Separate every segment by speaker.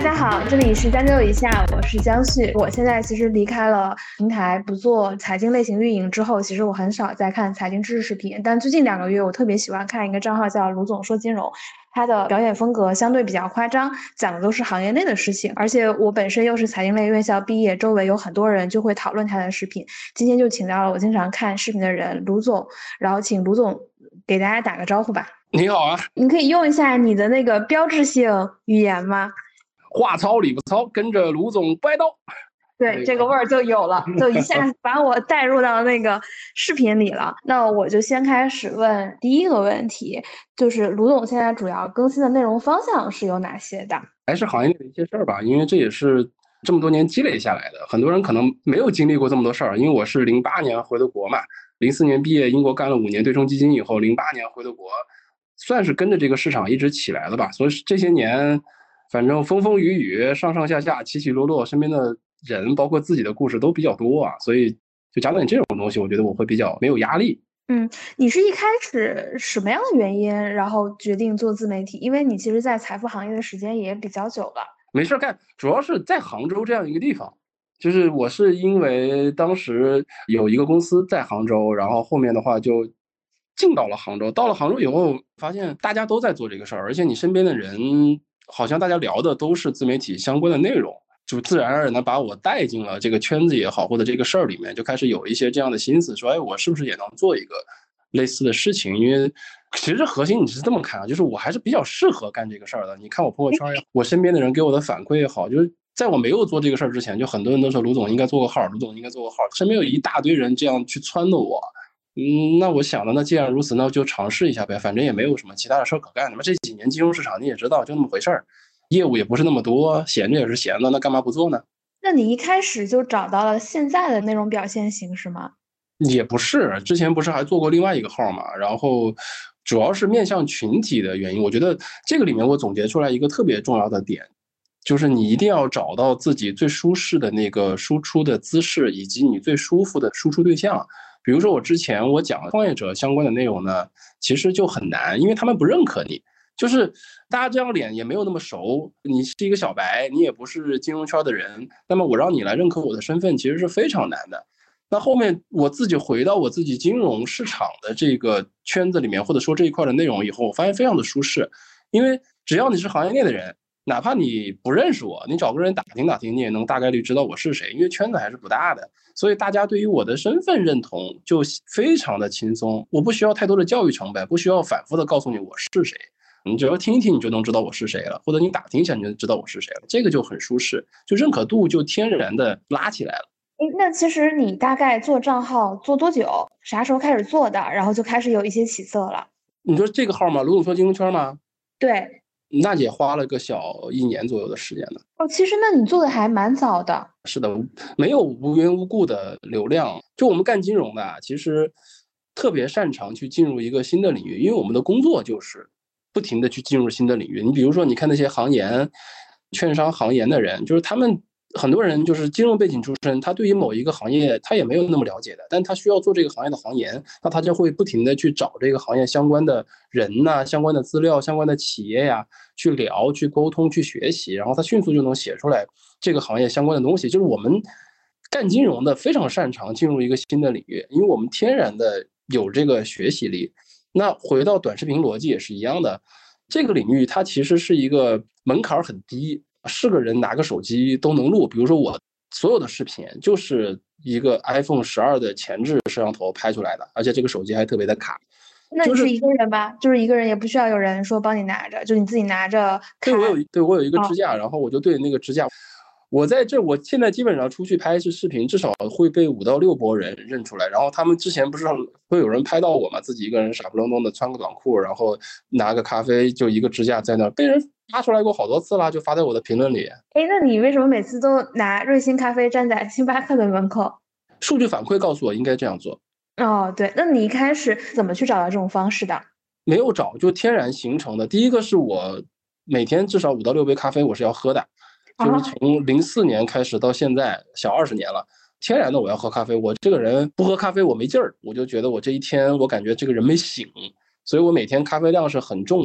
Speaker 1: 家好，这里是将就一下，我是江旭。我现在其实离开了平台，不做财经类型运营之后，其实我很少在看财经知识视频。但最近2个月，我特别喜欢看一个账号叫卢总说金融，他的表演风格相对比较夸张，讲的都是行业内的事情。而且我本身又是财经类院校毕业，周围有很多人就会讨论他的视频。今天就请到了我经常看视频的人卢总，然后请卢总给大家打个招呼吧。
Speaker 2: 你好啊，
Speaker 1: 你可以用一下你的那个标志性语言吗？
Speaker 2: 话糙理不糙，跟着卢总掰刀。
Speaker 1: 对，这个味儿就有了，就一下子把我带入到那个视频里了。那我就先开始问第一个问题，就是卢总现在主要更新的内容方向是有哪些的？
Speaker 2: 还是行业内的一些事儿吧，因为这也是这么多年积累下来的。很多人可能没有经历过这么多事儿，因为我是08年回的国嘛，04年毕业，英国干了5年对冲基金以后，08年回的国，算是跟着这个市场一直起来了吧。所以这些年，反正风风雨雨，上上下下，起起落落，身边的人包括自己的故事都比较多啊，所以就讲讲这种东西，我觉得我会比较没有压力。
Speaker 1: 你是一开始什么样的原因，然后决定做自媒体？因为你其实在财富行业的时间也比较久了。
Speaker 2: 没事干，主要是在杭州这样一个地方，就是我是因为当时有一个公司在杭州，然后后面的话就进到了杭州。到了杭州以后，发现大家都在做这个事儿，而且你身边的人好像大家聊的都是自媒体相关的内容，就自然而然的把我带进了这个圈子也好，或者这个事儿里面，就开始有一些这样的心思，说，哎，我是不是也能做一个类似的事情？因为其实核心你是这么看啊，就是我还是比较适合干这个事儿的。你看我朋友圈也好，我身边的人给我的反馈也好，就是在我没有做这个事儿之前，就很多人都说卢总应该做个号，卢总应该做个号，身边有一大堆人这样去撺掇我。那我想的，那既然如此，那就尝试一下呗，反正也没有什么其他的事儿可干。那么这几年金融市场你也知道，就那么回事儿，业务也不是那么多，闲着也是闲的，那干嘛不做呢？
Speaker 1: 那你一开始就找到了现在的内容表现形式吗？
Speaker 2: 也不是，之前不是还做过另外一个号嘛，然后主要是面向群体的原因。我觉得这个里面我总结出来一个特别重要的点，就是你一定要找到自己最舒适的那个输出的姿势，以及你最舒服的输出对象。比如说我之前我讲创业者相关的内容呢，其实就很难，因为他们不认可你。就是大家这张脸也没有那么熟，你是一个小白，你也不是金融圈的人，那么我让你来认可我的身份，其实是非常难的。那后面我自己回到我自己金融市场的这个圈子里面，或者说这一块的内容以后，我发现非常的舒适，因为只要你是行业内的人，哪怕你不认识我，你找个人打听打听，你也能大概率知道我是谁，因为圈子还是不大的，所以大家对于我的身份认同就非常的轻松，我不需要太多的教育成本，不需要反复的告诉你我是谁，你只要听一听，你就能知道我是谁了，或者你打听一下，你就知道我是谁了，这个就很舒适，就认可度就天然的拉起来了。
Speaker 1: 那其实你大概做账号做多久？啥时候开始做的？然后就开始有一些起色了。
Speaker 2: 你说这个号吗？卢总说金融圈吗？
Speaker 1: 对。
Speaker 2: 那也花了个小1年左右的时间呢。
Speaker 1: 哦，其实那你做的还蛮早的。
Speaker 2: 是的，没有无缘无故的流量。就我们干金融的，其实特别擅长去进入一个新的领域，因为我们的工作就是不停的去进入新的领域。你比如说，你看那些行研、券商行研的人，就是他们很多人就是金融背景出身，他对于某一个行业他也没有那么了解的，但他需要做这个行业的行研，那他就会不停的去找这个行业相关的人呐、相关的资料、相关的企业呀，去聊、去沟通、去学习，然后他迅速就能写出来这个行业相关的东西。就是我们干金融的非常擅长进入一个新的领域，因为我们天然的有这个学习力。那回到短视频逻辑也是一样的，这个领域它其实是一个门槛很低，是个人拿个手机都能录。比如说我所有的视频就是一个 iPhone12的前置摄像头拍出来的，而且这个手机还特别的卡。
Speaker 1: 那你是一个人吧？就是一个人，也不需要有人说帮你拿着，就你自己拿着看。
Speaker 2: 我有一个支架，然后我就对那个支架。我现在基本上出去拍一次视频，至少会被5到6波人认出来。然后他们之前不是会有人拍到我嘛，自己一个人傻不愣登的穿个短裤，然后拿个咖啡，就一个支架在那儿，被人发出来过好多次了，就发在我的评论里。
Speaker 1: 哎，那你为什么每次都拿瑞幸咖啡站在星巴克的门口？
Speaker 2: 数据反馈告诉我应该这样做。
Speaker 1: 哦，对，那你一开始怎么去找到这种方式的？
Speaker 2: 没有找，就天然形成的。第一个是我每天至少5到6杯咖啡我是要喝的，就是从04年开始到现在小20年了，天然的我要喝咖啡。我这个人不喝咖啡我没劲儿，我就觉得我这一天我感觉这个人没醒，所以我每天咖啡量是很重的。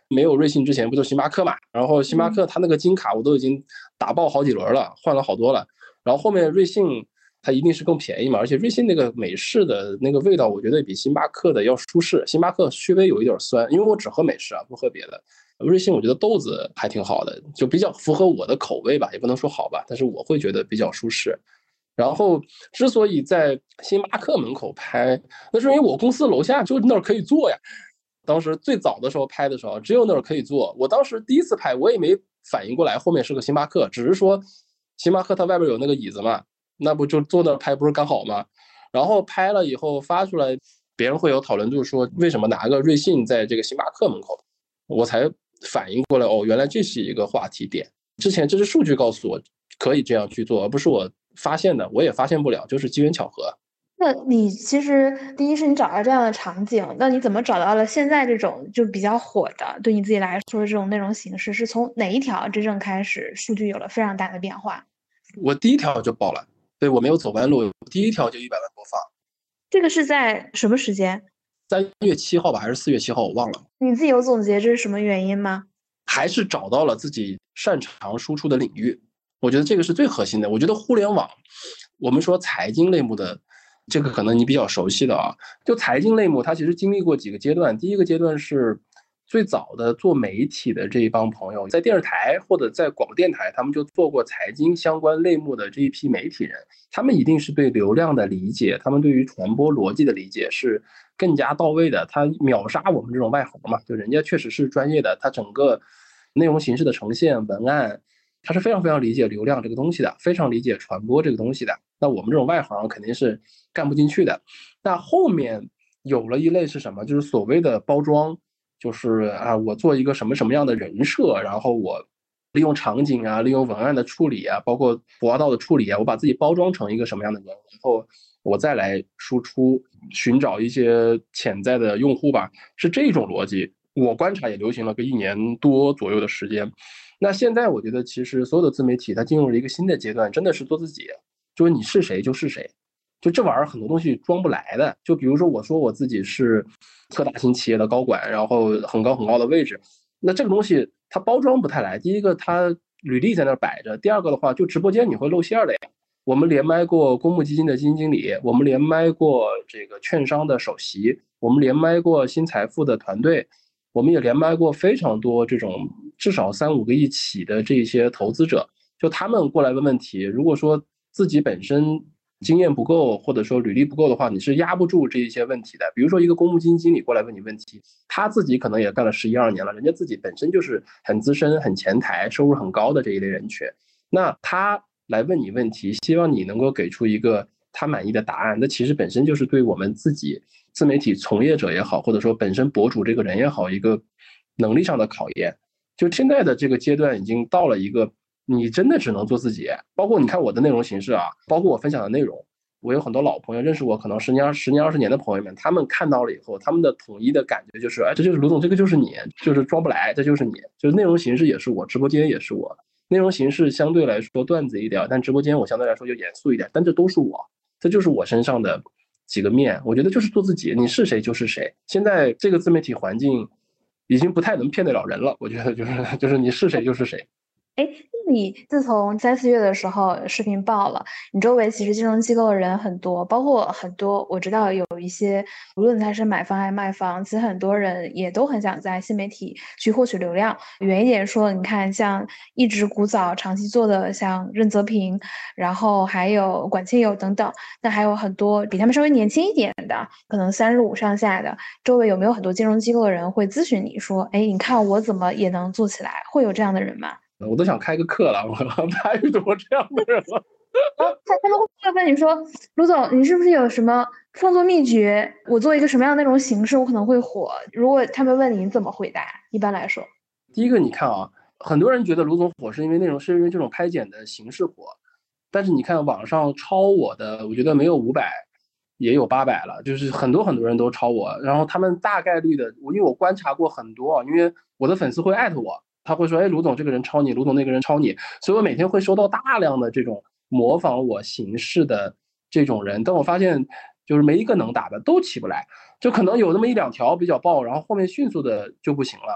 Speaker 2: 没有瑞幸之前不就星巴克嘛，然后星巴克它那个金卡我都已经打爆好几轮了，换了好多了，然后后面瑞幸它一定是更便宜嘛，而且瑞幸那个美式的那个味道，我觉得比星巴克的要舒适。星巴克稍微有一点酸，因为我只喝美式啊，不喝别的。瑞幸我觉得豆子还挺好的，就比较符合我的口味吧，也不能说好吧，但是我会觉得比较舒适。然后之所以在星巴克门口拍，那是因为我公司楼下就那儿可以坐呀。当时最早的时候拍的时候，只有那儿可以坐。我当时第一次拍，我也没反应过来后面是个星巴克，只是说星巴克它外边有那个椅子嘛，那不就坐那儿拍不是刚好吗？然后拍了以后发出来，别人会有讨论度说为什么拿个瑞幸在这个星巴克门口，我才反应过来哦，原来这是一个话题点。之前这是数据告诉我可以这样去做，而不是我发现的，我也发现不了，就是机缘巧合。
Speaker 1: 那你其实第一是你找到这样的场景，那你怎么找到了现在这种就比较火的，对你自己来说的这种内容形式，是从哪一条真正开始数据有了非常大的变化？
Speaker 2: 我第一条就爆了，对，我没有走弯路，第一条就100万播放。
Speaker 1: 这个是在什么时间？
Speaker 2: 3月7号吧，还是4月7号，我忘了。
Speaker 1: 你自己有总结这是什么原因吗？
Speaker 2: 还是找到了自己擅长输出的领域，我觉得这个是最核心的。我觉得互联网，我们说财经类目的，这个可能你比较熟悉的啊，就财经类目，它其实经历过几个阶段。第一个阶段是最早的做媒体的这一帮朋友，在电视台或者在广播电台，他们就做过财经相关类目的这一批媒体人，他们一定是对流量的理解，他们对于传播逻辑的理解是更加到位的。他秒杀我们这种外行嘛，就人家确实是专业的，他整个内容形式的呈现、文案，他是非常非常理解流量这个东西的，非常理解传播这个东西的。那我们这种外行肯定是干不进去的。那后面有了一类是什么？就是所谓的包装，就是啊，我做一个什么什么样的人设，然后我利用场景啊，利用文案的处理啊，包括博华道的处理啊，我把自己包装成一个什么样的人，然后我再来输出，寻找一些潜在的用户吧，是这种逻辑。我观察也流行了个1年多左右的时间。那现在我觉得，其实所有的自媒体它进入了一个新的阶段，真的是做自己，就是你是谁就是谁。就这玩意儿很多东西装不来的，就比如说我说我自己是特大型企业的高管，然后很高很高的位置，那这个东西它包装不太来。第一个，它履历在那摆着；第二个的话，就直播间你会露馅的呀。我们连麦过公募基金的基金经理，我们连麦过这个券商的首席，我们连麦过新财富的团队，我们也连麦过非常多这种至少3-5个亿起的这些投资者，就他们过来问问题，如果说自己本身经验不够，或者说履历不够的话，你是压不住这一些问题的。比如说一个公募基金经理过来问你问题，他自己可能也干了11-12年了，人家自己本身就是很资深、很前台、收入很高的这一类人群，那他来问你问题，希望你能够给出一个他满意的答案，那其实本身就是对我们自己自媒体从业者也好，或者说本身博主这个人也好，一个能力上的考验。就现在的这个阶段已经到了一个你真的只能做自己，包括你看我的内容形式啊，包括我分享的内容，我有很多老朋友认识我可能10年20年的朋友们，他们看到了以后，他们的统一的感觉就是，哎，这就是卢总，这个就是你，就是装不来，这就是你，就是内容形式也是我，直播间也是我，内容形式相对来说段子一点，但直播间我相对来说就严肃一点，但这都是我，这就是我身上的几个面，我觉得就是做自己，你是谁就是谁。现在这个自媒体环境已经不太能骗得了人了，我觉得就是你是谁就是谁。
Speaker 1: 哎，那你自从3、4月的时候视频爆了，你周围其实金融机构的人很多，包括很多我知道有一些，无论他是买方还是卖方，其实很多人也都很想在新媒体去获取流量。远一点说，你看像一直古早长期做的像任泽平，然后还有管清友等等，那还有很多比他们稍微年轻一点的，可能35上下的，周围有没有很多金融机构的人会咨询你说，哎，你看我怎么也能做起来？会有这样的人吗？
Speaker 2: 我都想开个课了，我太多这样的人了。
Speaker 1: 然后他们会问你说：“卢总，你是不是有什么创作秘诀？我做一个什么样的内容形式，我可能会火？”如果他们问你，你怎么回答？一般来说，
Speaker 2: 第一个，你看啊，很多人觉得卢总火是因为内容，是因为这种拍剪的形式火，但是你看网上抄我的，我觉得没有500，也有800了，就是很多很多人都抄我，然后他们大概率的，因为我观察过很多，因为我的粉丝会艾特我，他会说，哎，卢总这个人抄你，卢总那个人抄你，所以我每天会收到大量的这种模仿我形式的这种人，但我发现就是没一个能打的，都起不来，就可能有那么1-2条比较爆，然后后面迅速的就不行了。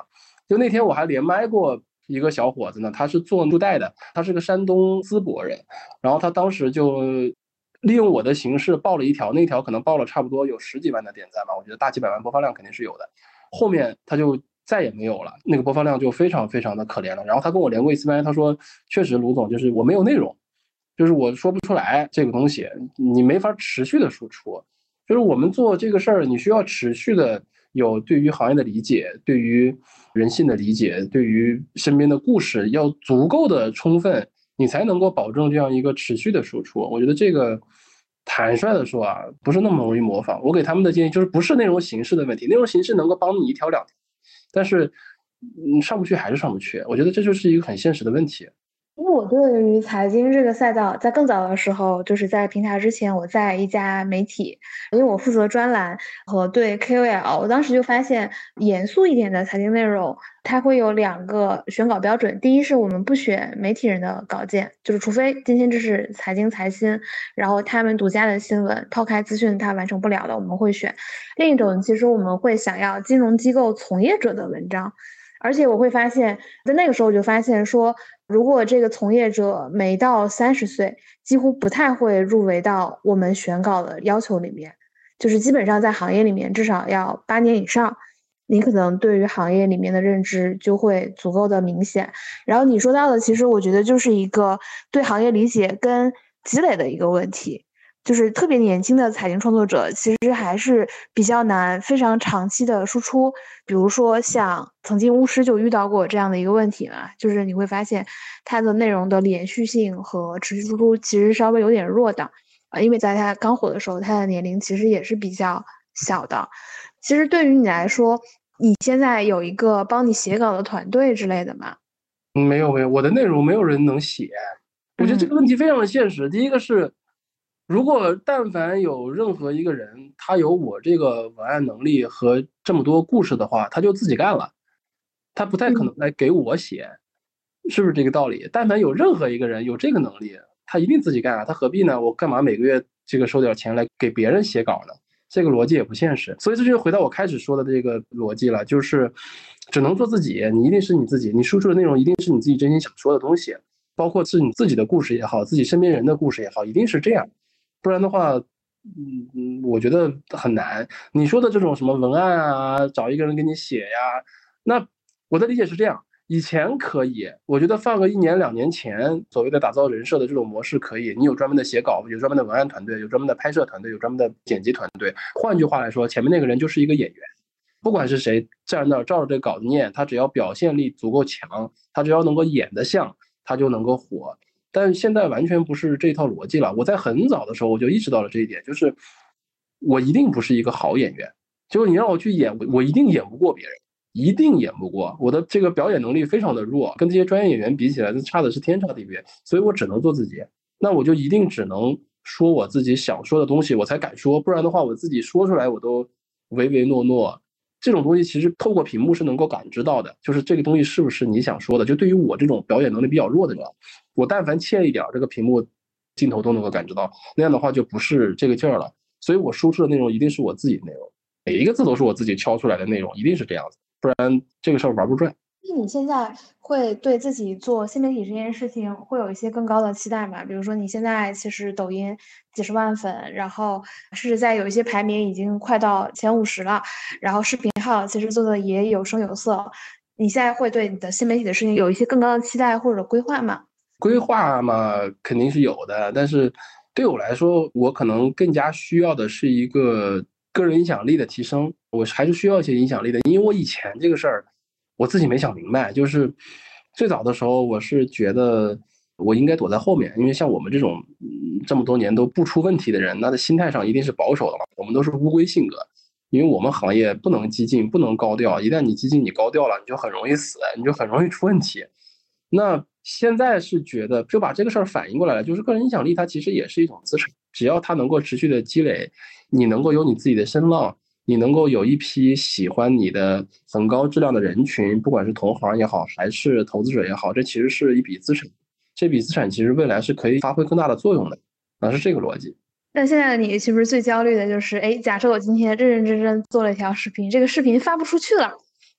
Speaker 2: 就那天我还连麦过一个小伙子呢，他是做布袋的，他是个山东淄博人，然后他当时就利用我的形式爆了一条，那条可能爆了差不多有10几万的点赞吧，我觉得大几百万播放量肯定是有的。后面他就再也没有了，那个播放量就非常非常的可怜了。然后他跟我连过一次麦，他说确实卢总就是我没有内容，就是我说不出来这个东西，你没法持续的输出。就是我们做这个事儿，你需要持续的有对于行业的理解，对于人性的理解，对于身边的故事要足够的充分，你才能够保证这样一个持续的输出。我觉得这个坦率的说啊，不是那么容易模仿。我给他们的建议就是不是内容形式的问题，内容形式能够帮你一条两条，但是上不去还是上不去。我觉得这就是一个很现实的问题。
Speaker 1: 因为我对于财经这个赛道，在更早的时候，就是在平台之前，我在一家媒体，因为我负责专栏和对 KOL，我当时就发现，严肃一点的财经内容，它会有2个选稿标准。第一是我们不选媒体人的稿件，就是除非今天这是财经财新，然后他们独家的新闻，抛开资讯它完成不了的，我们会选。另一种，其实我们会想要金融机构从业者的文章。而且我会发现，在那个时候我就发现说，如果这个从业者没到30岁，几乎不太会入围到我们选稿的要求里面，就是基本上在行业里面至少要8年以上，你可能对于行业里面的认知就会足够的明显。然后你说到的，其实我觉得就是一个对行业理解跟积累的一个问题。就是特别年轻的财经创作者，其实还是比较难非常长期的输出。比如说像曾经巫师就遇到过这样的一个问题嘛，就是你会发现它的内容的连续性和持续输出其实稍微有点弱的因为在它刚火的时候，它的年龄其实也是比较小的。其实对于你来说，你现在有一个帮你写稿的团队之类的吗？
Speaker 2: 没有没有，我的内容没有人能写。我觉得这个问题非常的现实。第一个是，如果但凡有任何一个人，他有我这个文案能力和这么多故事的话，他就自己干了，他不太可能来给我写，是不是这个道理？但凡有任何一个人有这个能力，他一定自己干啊，他何必呢？我干嘛每个月这个收点钱来给别人写稿呢？这个逻辑也不现实。所以这就回到我开始说的这个逻辑了，就是只能做自己，你一定是你自己，你输出的内容一定是你自己真心想说的东西，包括是你自己的故事也好，自己身边人的故事也好，一定是这样，不然的话，我觉得很难。你说的这种什么文案啊，找一个人给你写呀，那我的理解是这样。以前可以，我觉得放个1年2年前，所谓的打造人设的这种模式可以。你有专门的写稿，有专门的文案团队，有专门的拍摄团队，有专门的剪辑团队。换句话来说，前面那个人就是一个演员，不管是谁站那儿照着这个稿子念，他只要表现力足够强，他只要能够演得像，他就能够火。但现在完全不是这套逻辑了。我在很早的时候我就意识到了这一点，就是我一定不是一个好演员，就是你让我去演，我一定演不过别人。一定演不过，我的这个表演能力非常的弱，跟这些专业演员比起来，这差的是天差地别。所以我只能做自己，那我就一定只能说我自己想说的东西，我才敢说，不然的话，我自己说出来我都唯唯诺诺。这种东西其实透过屏幕是能够感知到的，就是这个东西是不是你想说的。就对于我这种表演能力比较弱的人，我但凡欠一点，这个屏幕镜头都能够感知到，那样的话就不是这个劲儿了。所以我输出的内容一定是我自己的内容，每一个字都是我自己敲出来的内容，一定是这样子。不然这个事儿玩不转。
Speaker 1: 那你现在会对自己做新媒体这件事情会有一些更高的期待吗？比如说你现在其实抖音几十万粉，然后甚至在有一些排名已经快到前50了，然后视频号其实做的也有声有色。你现在会对你的新媒体的事情有一些更高的期待或者规划吗？
Speaker 2: 规划嘛，肯定是有的，但是对我来说，我可能更加需要的是一个个人影响力的提升。我还是需要一些影响力的，因为我以前这个事儿我自己没想明白，就是最早的时候我是觉得我应该躲在后面，因为像我们这种这么多年都不出问题的人，那在心态上一定是保守的嘛，我们都是乌龟性格。因为我们行业不能激进，不能高调，一旦你激进，你高调了，你就很容易死，你就很容易出问题。那现在是觉得就把这个事儿反应过来了，就是个人影响力它其实也是一种资产，只要它能够持续的积累，你能够有你自己的声浪，你能够有一批喜欢你的很高质量的人群，不管是同行也好，还是投资者也好，这其实是一笔资产，这笔资产其实未来是可以发挥更大的作用的，是这个逻辑。
Speaker 1: 那现在的你是不是最焦虑的就是，哎，假设我今天认认真真做了一条视频，这个视频发不出去了，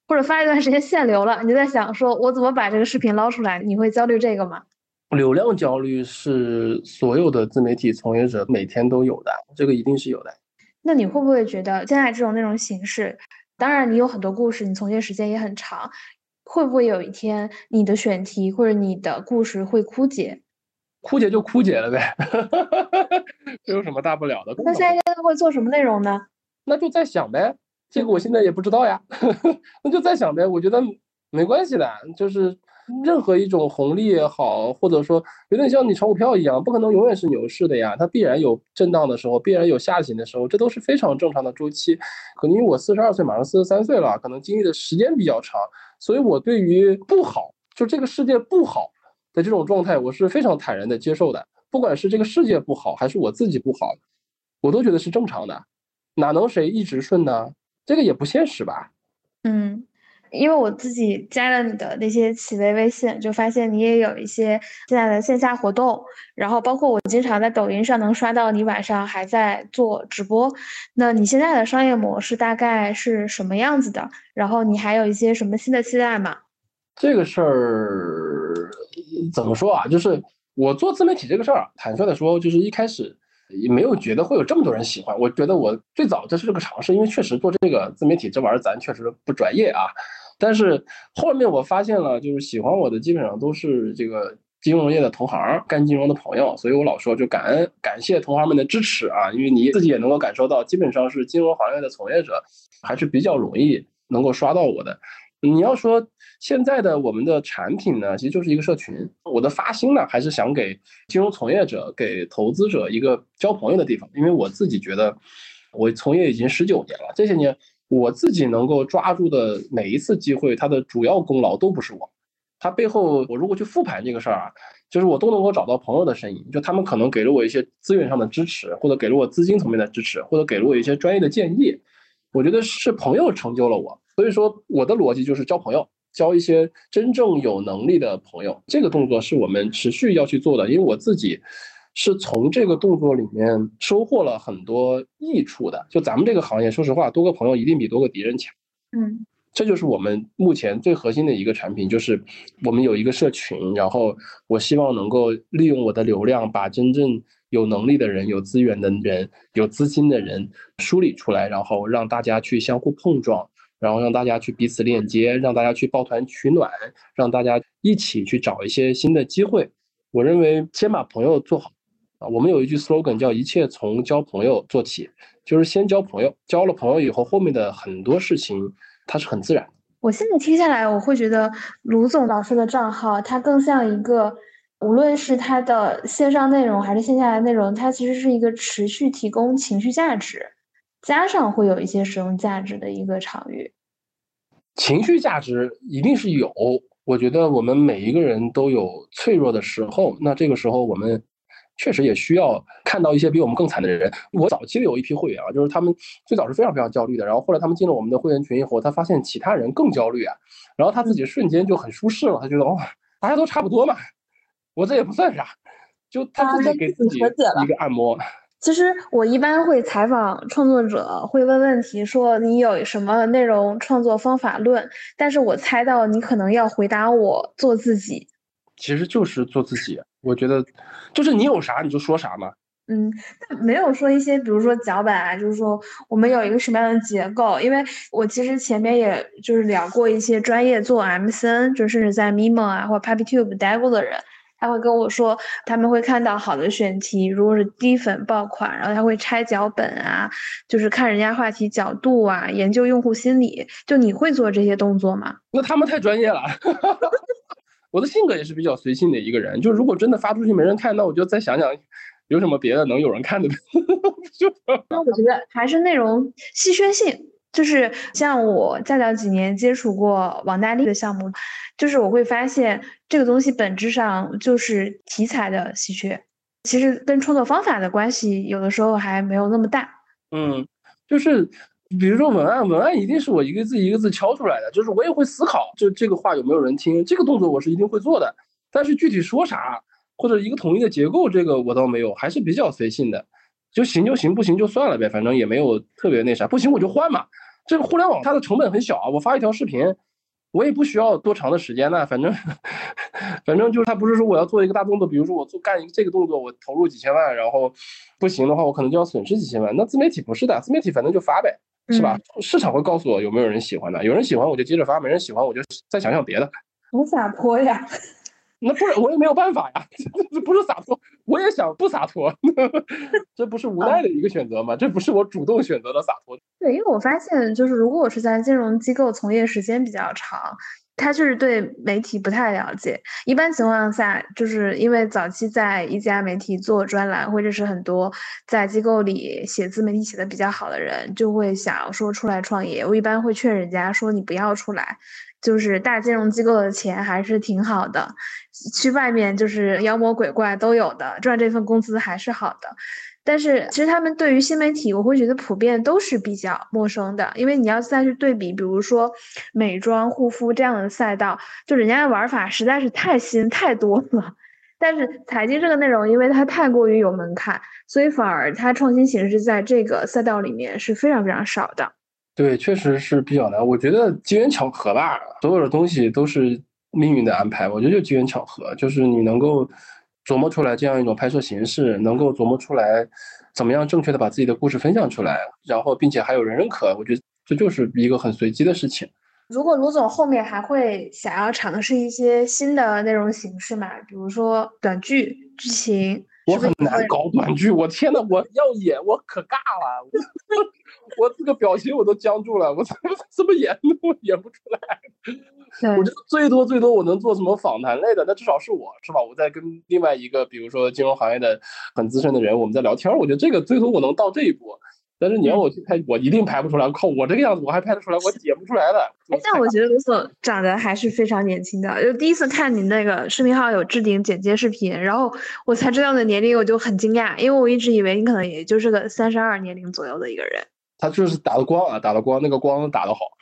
Speaker 1: 或者发一段时间限流了，你就在想说我怎么把这个视频捞出来，你会焦虑这个吗？
Speaker 2: 流量焦虑是所有的自媒体从业者每天都有的，这个一定是有的。
Speaker 1: 那你会不会觉得现在这种内容形式，当然你有很多故事，你从业时间也很长，会不会有一天你的选题或者你的故事会枯竭？
Speaker 2: 枯竭就枯竭了呗，这有什么大不了的？
Speaker 1: 那下一阶段会做什么内容呢？
Speaker 2: 那就再想呗，这个我现在也不知道呀，那就再想呗。我觉得没关系的，就是任何一种红利也好，或者说有点像你炒股票一样，不可能永远是牛市的呀，它必然有震荡的时候，必然有下行的时候，这都是非常正常的周期。可能因为我42岁，马上43岁了，可能经历的时间比较长，所以我对于不好，就这个世界不好的这种状态，我是非常坦然的接受的。不管是这个世界不好，还是我自己不好，我都觉得是正常的。哪能谁一直顺呢？这个也不现实吧？
Speaker 1: 嗯，因为我自己加了你的那些企微微信，就发现你也有一些现在的线下活动，然后包括我经常在抖音上能刷到你晚上还在做直播。那你现在的商业模式大概是什么样子的？然后你还有一些什么新的期待吗？
Speaker 2: 这个事儿怎么说啊？就是我做自媒体这个事儿，坦率的说，就是一开始也没有觉得会有这么多人喜欢。我觉得我最早这是个尝试，因为确实做这个自媒体这玩意儿咱确实不专业啊。但是后面我发现了，就是喜欢我的基本上都是这个金融业的同行、干金融的朋友，所以我老说就感谢同行们的支持啊，因为你自己也能够感受到，基本上是金融行业的从业者还是比较容易能够刷到我的。你要说现在的我们的产品呢，其实就是一个社群。我的发心呢，还是想给金融从业者、给投资者一个交朋友的地方。因为我自己觉得，我从业已经19年了，这些年我自己能够抓住的每一次机会，它的主要功劳都不是我。它背后，我如果去复盘这个事儿啊，就是我都能够找到朋友的身影，就他们可能给了我一些资源上的支持，或者给了我资金层面的支持，或者给了我一些专业的建议。我觉得是朋友成就了我，所以说我的逻辑就是交朋友，交一些真正有能力的朋友。这个动作是我们持续要去做的，因为我自己是从这个动作里面收获了很多益处的。就咱们这个行业，说实话，多个朋友一定比多个敌人强。
Speaker 1: 嗯。
Speaker 2: 这就是我们目前最核心的一个产品，就是我们有一个社群，然后我希望能够利用我的流量，把真正有能力的人、有资源的人、有资金的人梳理出来，然后让大家去相互碰撞，然后让大家去彼此链接，让大家去抱团取暖，让大家一起去找一些新的机会。我认为先把朋友做好啊，我们有一句 slogan 叫"一切从交朋友做起"，就是先交朋友，交了朋友以后，后面的很多事情它是很自然的。
Speaker 1: 我现在听下来，我会觉得卢总老师的账号，它更像一个，无论是他的线上内容还是线下的内容，它其实是一个持续提供情绪价值，加上会有一些使用价值的一个场域。
Speaker 2: 情绪价值一定是有，我觉得我们每一个人都有脆弱的时候，那这个时候我们确实也需要看到一些比我们更惨的人。我早期的有一批会员啊，就是他们最早是非常非常焦虑的，然后后来他们进了我们的会员群以后，他发现其他人更焦虑啊，然后他自己瞬间就很舒适了，他觉得哦，大家都差不多嘛，我这也不算啥，就他自己给自己一个按摩。
Speaker 1: 其实我一般会采访创作者，会问问题，说你有什么内容创作方法论？但是我猜到你可能要回答我做自己。
Speaker 2: 其实就是做自己，我觉得就是你有啥你就说啥嘛。
Speaker 1: 但没有说一些，比如说脚本啊，就是说我们有一个什么样的结构。因为我其实前面也就是聊过一些专业做 MCN，就甚至在 Mimo 啊或者 PapiTube 待过的人，他会跟我说，他们会看到好的选题，如果是低粉爆款，然后他会拆脚本啊，就是看人家话题角度啊，研究用户心理。就你会做这些动作吗？
Speaker 2: 那他们太专业了。我的性格也是比较随性的一个人，就如果真的发出去没人看，那我就再想想有什么别的能有人看的。
Speaker 1: 那我觉得还是内容稀缺性，就是像我再早几年接触过王大力的项目，就是我会发现这个东西本质上就是题材的稀缺，其实跟创作方法的关系有的时候还没有那么大。
Speaker 2: 就是比如说文案一定是我一个字一个字敲出来的，就是我也会思考，就这个话有没有人听，这个动作我是一定会做的，但是具体说啥或者一个统一的结构，这个我倒没有，还是比较随性的，就行就行，不行就算了呗，反正也没有特别那啥，不行我就换嘛。 这个互联网它的成本很小啊，我发一条视频，我也不需要多长的时间呢，反正就是它不是说我要做一个大动作，比如说我干一个这个动作，我投入几千万，然后不行的话，我可能就要损失几千万。那自媒体不是的，自媒体反正就发呗，是吧？市场会告诉我有没有人喜欢的，有人喜欢我就接着发，没人喜欢我就再想想别的。
Speaker 1: 很洒脱呀。
Speaker 2: 那不然我也没有办法呀，这不是洒脱，我也想不洒脱，这不是无奈的一个选择吗？这不是我主动选择的洒脱。
Speaker 1: 对，因为我发现，就是如果我是在金融机构从业时间比较长，他就是对媒体不太了解。一般情况下，就是因为早期在一家媒体做专栏，或者是很多在机构里写自媒体写的比较好的人，就会想说出来创业。我一般会劝人家说，你不要出来。就是大金融机构的钱还是挺好的，去外面就是妖魔鬼怪都有的，赚这份工资还是好的。但是其实他们对于新媒体，我会觉得普遍都是比较陌生的，因为你要再去对比，比如说美妆、护肤这样的赛道，就人家的玩法实在是太新太多了。但是财经这个内容，因为它太过于有门槛，所以反而它创新形式在这个赛道里面是非常非常少的。
Speaker 2: 对，确实是比较难。我觉得机缘巧合吧，所有的东西都是命运的安排。我觉得就机缘巧合，就是你能够琢磨出来这样一种拍摄形式，能够琢磨出来怎么样正确的把自己的故事分享出来，然后并且还有人认可，我觉得这就是一个很随机的事情。
Speaker 1: 如果卢总后面还会想要尝试一些新的内容形式嘛，比如说短剧、剧情，
Speaker 2: 我很难搞短剧，我天呐，我要演我可尬了，我这个表情我都僵住了，我怎么演我演不出来。我觉得最多我能做什么访谈类的，那至少是我是吧？我在跟另外一个比如说金融行业的很资深的人，我们在聊天，我觉得这个最多我能到这一步。但是你要我去拍，我一定拍不出来。靠，我这个样子我还拍得出来，我剪不出来的。
Speaker 1: 但我觉得卢总长得还是非常年轻的。就第一次看您那个视频号有置顶剪接视频，然后我才知道你的年龄，我就很惊讶，因为我一直以为你可能也就是个32年龄左右的一个人。
Speaker 2: 他就是打的光啊，打的光，那个光打得好。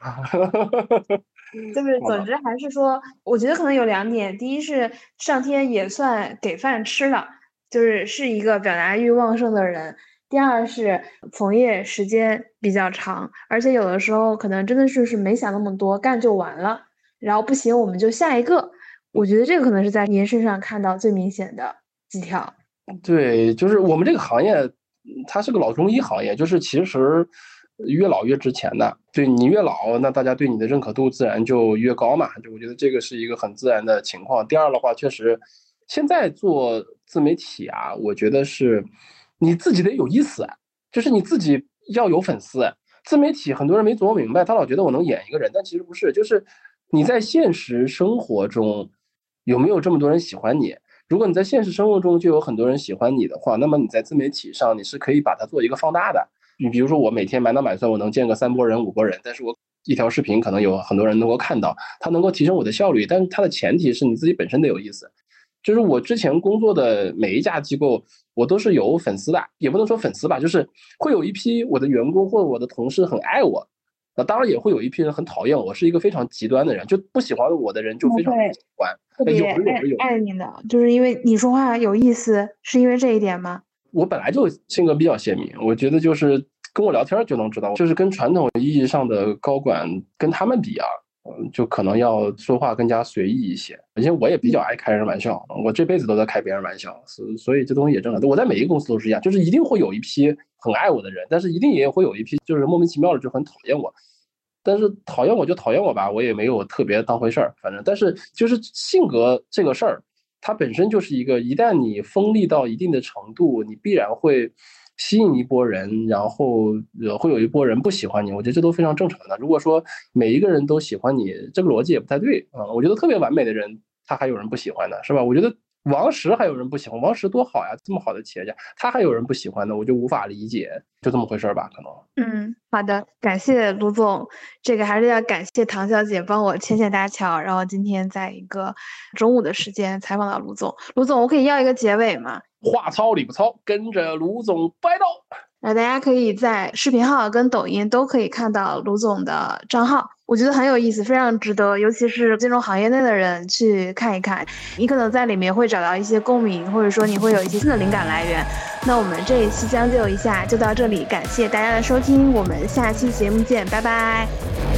Speaker 1: 就是总之还是说，我觉得可能有2点，第一是上天也算给饭吃了，是一个表达欲旺盛的人。第二是从业时间比较长，而且有的时候可能真的是没想那么多，干就完了，然后不行我们就下一个。我觉得这个可能是在您身上看到最明显的几条。
Speaker 2: 对，就是我们这个行业，它是个老中医行业，就是其实越老越值钱的。对，你越老，那大家对你的认可度自然就越高嘛。就我觉得这个是一个很自然的情况。第二的话，确实现在做自媒体啊，我觉得是你自己得有意思，就是你自己要有粉丝。自媒体很多人没琢磨明白，他老觉得我能演一个人，但其实不是，就是你在现实生活中有没有这么多人喜欢你。如果你在现实生活中就有很多人喜欢你的话，那么你在自媒体上你是可以把它做一个放大的。你比如说我每天满打满算我能见个3波人5波人，但是我一条视频可能有很多人能够看到，它能够提升我的效率，但是它的前提是你自己本身得有意思。就是我之前工作的每一家机构，我都是有粉丝的，也不能说粉丝吧，就是会有一批我的员工或者我的同事很爱我，当然也会有一批人很讨厌我，我是一个非常极端的人，就不喜欢我的人就非常不喜欢，
Speaker 1: 特别爱你的，就是因为你说话有意思，是因为这一点吗？
Speaker 2: 我本来就性格比较鲜明，我觉得就是跟我聊天就能知道，就是跟传统意义上的高管跟他们比啊，就可能要说话更加随意一些。而且我也比较爱开人玩笑，我这辈子都在开别人玩笑，所以这东西也正常。我在每一个公司都是一样，就是一定会有一批很爱我的人，但是一定也会有一批就是莫名其妙的就很讨厌我。但是讨厌我就讨厌我吧，我也没有特别当回事儿，反正。但是就是性格这个事儿，它本身就是一个，一旦你锋利到一定的程度，你必然会吸引一波人，然后会有一波人不喜欢你。我觉得这都非常正常的。如果说每一个人都喜欢你，这个逻辑也不太对啊。我觉得特别完美的人，他还有人不喜欢的，是吧？我觉得王石还有人不喜欢，王石多好呀，这么好的企业家，他还有人不喜欢的，我就无法理解，就这么回事吧，可能。
Speaker 1: 好的，感谢卢总，这个还是要感谢唐小姐帮我牵线搭桥，然后今天在一个中午的时间采访到卢总。卢总，我可以要一个结尾吗？
Speaker 2: 话糙理不糙，跟着卢总掰刀。
Speaker 1: 大家可以在视频号跟抖音都可以看到卢总的账号。 我觉得很有意思，非常值得，尤其是金融行业内的人去看一看，你可能在里面会找到一些共鸣，或者说你会有一些新的灵感来源。那我们这一期将就一下就到这里，感谢大家的收听，我们下期节目见，拜拜。